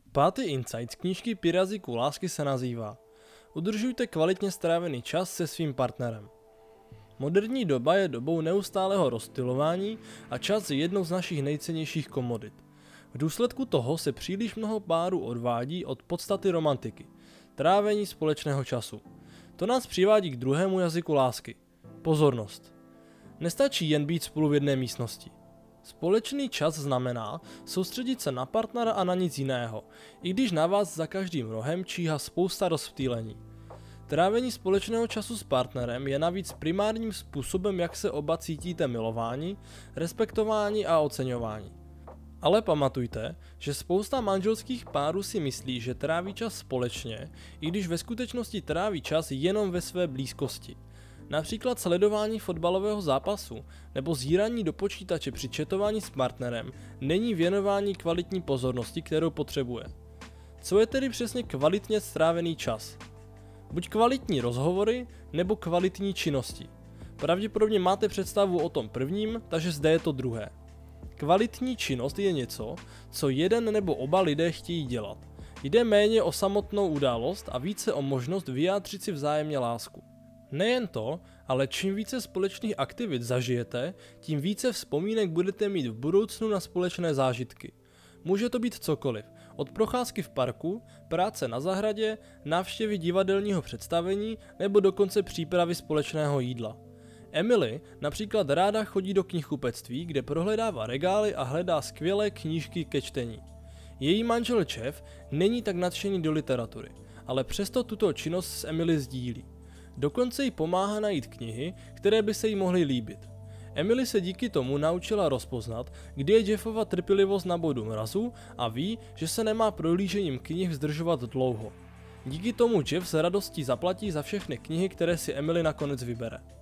Pátý insight z knížky 5 jazyků lásky se nazývá: udržujte kvalitně strávený čas se svým partnerem. Moderní doba je dobou neustálého rozptylování a čas je jednou z našich nejcennějších komodit. V důsledku toho se příliš mnoho párů odvádí od podstaty romantiky, trávení společného času. To nás přivádí k druhému jazyku lásky: pozornost. Nestačí jen být spolu v jedné místnosti. Společný čas znamená soustředit se na partnera a na nic jiného, i když na vás za každým rohem číhá spousta rozptýlení. Trávení společného času s partnerem je navíc primárním způsobem, jak se oba cítíte milováni, respektováni a oceňováni. Ale pamatujte, že spousta manželských párů si myslí, že tráví čas společně, i když ve skutečnosti tráví čas jenom ve své blízkosti. Například sledování fotbalového zápasu nebo zírání do počítače při chatování s partnerem není věnování kvalitní pozornosti, kterou potřebuje. Co je tedy přesně kvalitně strávený čas? Buď kvalitní rozhovory, nebo kvalitní činnosti. Pravděpodobně máte představu o tom prvním, takže zde je to druhé. Kvalitní činnost je něco, co jeden nebo oba lidé chtějí dělat. Jde méně o samotnou událost a více o možnost vyjádřit si vzájemně lásku. Nejen to, ale čím více společných aktivit zažijete, tím více vzpomínek budete mít v budoucnu na společné zážitky. Může to být cokoliv, od procházky v parku, práce na zahradě, návštěvy divadelního představení nebo dokonce přípravy společného jídla. Emily například ráda chodí do knihkupectví, kde prohledává regály a hledá skvělé knížky ke čtení. Její manžel Jeff není tak nadšený do literatury, ale přesto tuto činnost s Emily sdílí. Dokonce jí pomáhá najít knihy, které by se jí mohly líbit. Emily se díky tomu naučila rozpoznat, kdy je Jeffova trpělivost na bodu mrazu a ví, že se nemá prohlížením knih zdržovat dlouho. Díky tomu Jeff s radostí zaplatí za všechny knihy, které si Emily nakonec vybere.